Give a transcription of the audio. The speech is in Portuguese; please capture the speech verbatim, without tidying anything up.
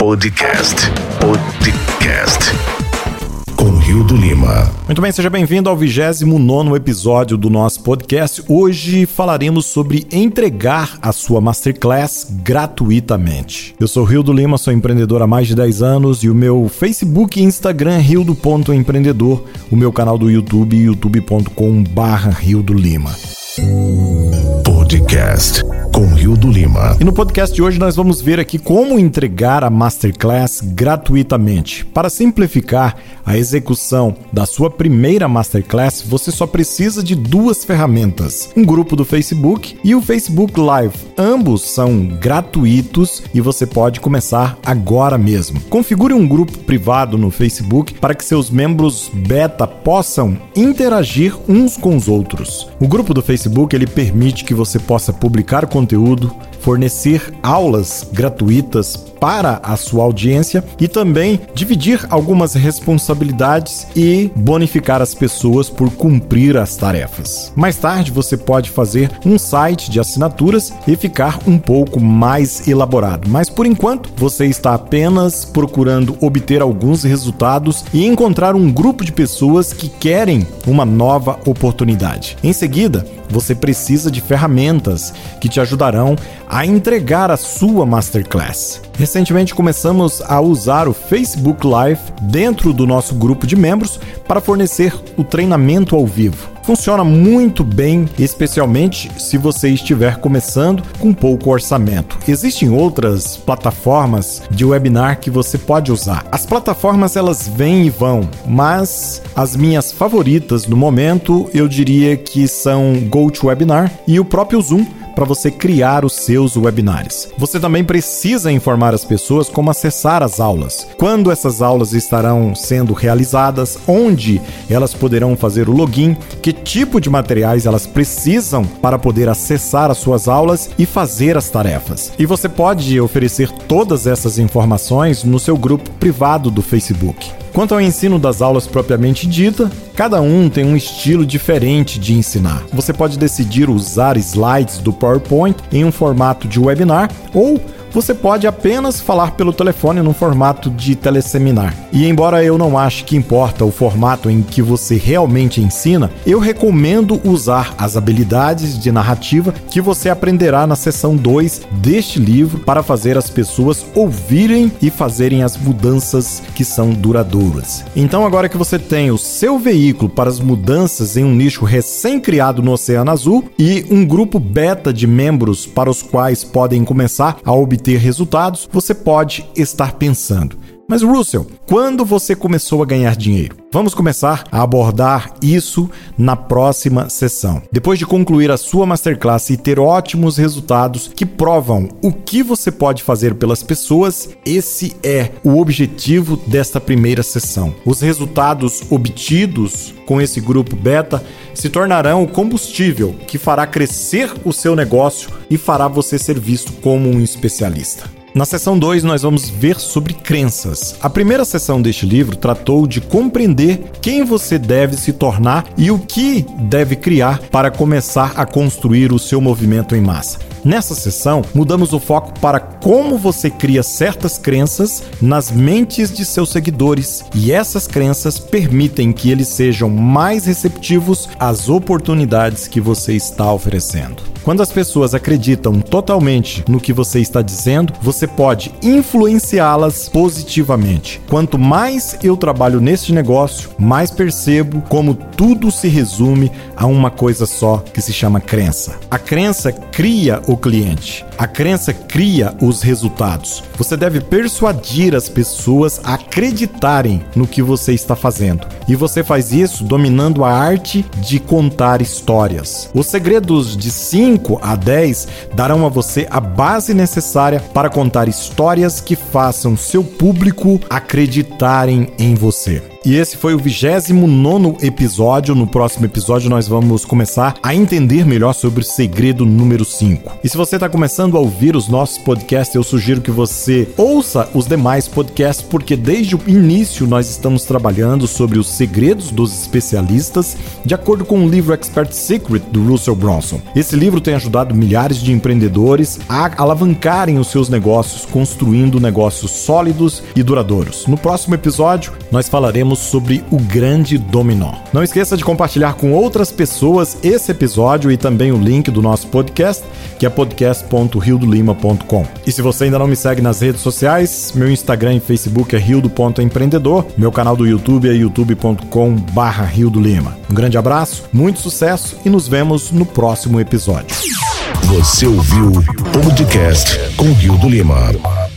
Podcast. Podcast. Com Hildo Lima. Muito bem, seja bem-vindo ao vigésimo nono episódio do nosso podcast. Hoje falaremos sobre entregar a sua Masterclass gratuitamente. Eu sou Hildo Lima, sou empreendedor há mais de dez anos e o meu Facebook e Instagram é hildo ponto empreendedor, o meu canal do YouTube é youtube ponto com barra hildo lima. Podcast com Hildo Lima. E no podcast de hoje nós vamos ver aqui como entregar a Masterclass gratuitamente. Para simplificar a execução da sua primeira Masterclass, você só precisa de duas ferramentas: um grupo do Facebook e o Facebook Live. Ambos são gratuitos e você pode começar agora mesmo. Configure um grupo privado no Facebook para que seus membros beta possam interagir uns com os outros. O grupo do Facebook ele permite que você possa publicar conteúdo, fornecer aulas gratuitas para a sua audiência e também dividir algumas responsabilidades e bonificar as pessoas por cumprir as tarefas. Mais tarde você pode fazer um site de assinaturas e ficar um pouco mais elaborado, mas por enquanto você está apenas procurando obter alguns resultados e encontrar um grupo de pessoas que querem uma nova oportunidade. Em seguida, você precisa de ferramentas que te ajudarão a entregar a sua Masterclass. Recentemente começamos a usar o Facebook Live dentro do nosso grupo de membros para fornecer o treinamento ao vivo. Funciona muito bem, especialmente se você estiver começando com pouco orçamento. Existem outras plataformas de webinar que você pode usar. As plataformas elas vêm e vão, mas as minhas favoritas no momento eu diria que são GoToWebinar e o próprio Zoom, para você criar os seus webinars. Você também precisa informar as pessoas como acessar as aulas, quando essas aulas estarão sendo realizadas, onde elas poderão fazer o login, que tipo de materiais elas precisam para poder acessar as suas aulas e fazer as tarefas. E você pode oferecer todas essas informações no seu grupo privado do Facebook. Quanto ao ensino das aulas propriamente dita, cada um tem um estilo diferente de ensinar. Você pode decidir usar slides do PowerPoint em um formato de webinar ou você pode apenas falar pelo telefone no formato de teleseminar. E embora eu não ache que importa o formato em que você realmente ensina, eu recomendo usar as habilidades de narrativa que você aprenderá na seção dois deste livro para fazer as pessoas ouvirem e fazerem as mudanças que são duradouras. Então, agora que você tem o seu veículo para as mudanças em um nicho recém-criado no Oceano Azul e um grupo beta de membros para os quais podem começar a obter ter resultados, você pode estar pensando: mas Russell, quando você começou a ganhar dinheiro? Vamos começar a abordar isso na próxima sessão. Depois de concluir a sua Masterclass e ter ótimos resultados que provam o que você pode fazer pelas pessoas, esse é o objetivo desta primeira sessão. Os resultados obtidos com esse grupo beta se tornarão o combustível que fará crescer o seu negócio e fará você ser visto como um especialista. Na seção dois, nós vamos ver sobre crenças. A primeira sessão deste livro tratou de compreender quem você deve se tornar e o que deve criar para começar a construir o seu movimento em massa. Nessa sessão, mudamos o foco para como você cria certas crenças nas mentes de seus seguidores e essas crenças permitem que eles sejam mais receptivos às oportunidades que você está oferecendo. Quando as pessoas acreditam totalmente no que você está dizendo, você pode influenciá-las positivamente. Quanto mais eu trabalho neste negócio, mais percebo como tudo se resume a uma coisa só que se chama crença. A crença cria o cliente. A crença cria os resultados. Você deve persuadir as pessoas a acreditarem no que você está fazendo. E você faz isso dominando a arte de contar histórias. Os segredos de cinco a dez darão a você a base necessária para contar histórias que façam seu público acreditarem em você. E esse foi o vigésimo nono episódio. No próximo episódio nós vamos começar a entender melhor sobre o segredo número cinco. E se você está começando a ouvir os nossos podcasts, eu sugiro que você ouça os demais podcasts, porque desde o início nós estamos trabalhando sobre os segredos dos especialistas, de acordo com o livro Expert Secret do Russell Brunson. Esse livro tem ajudado milhares de empreendedores a alavancarem os seus negócios, construindo negócios sólidos e duradouros. No próximo episódio, nós falaremos sobre o grande dominó. Não esqueça de compartilhar com outras pessoas esse episódio e também o link do nosso podcast, que é podcast ponto rio do lima ponto com. E se você ainda não me segue nas redes sociais, meu Instagram e Facebook é rildo ponto empreendedor, meu canal do YouTube é youtube ponto com barra rio do lima. Um grande abraço, muito sucesso e nos vemos no próximo episódio. Você ouviu o podcast com Rio do Lima.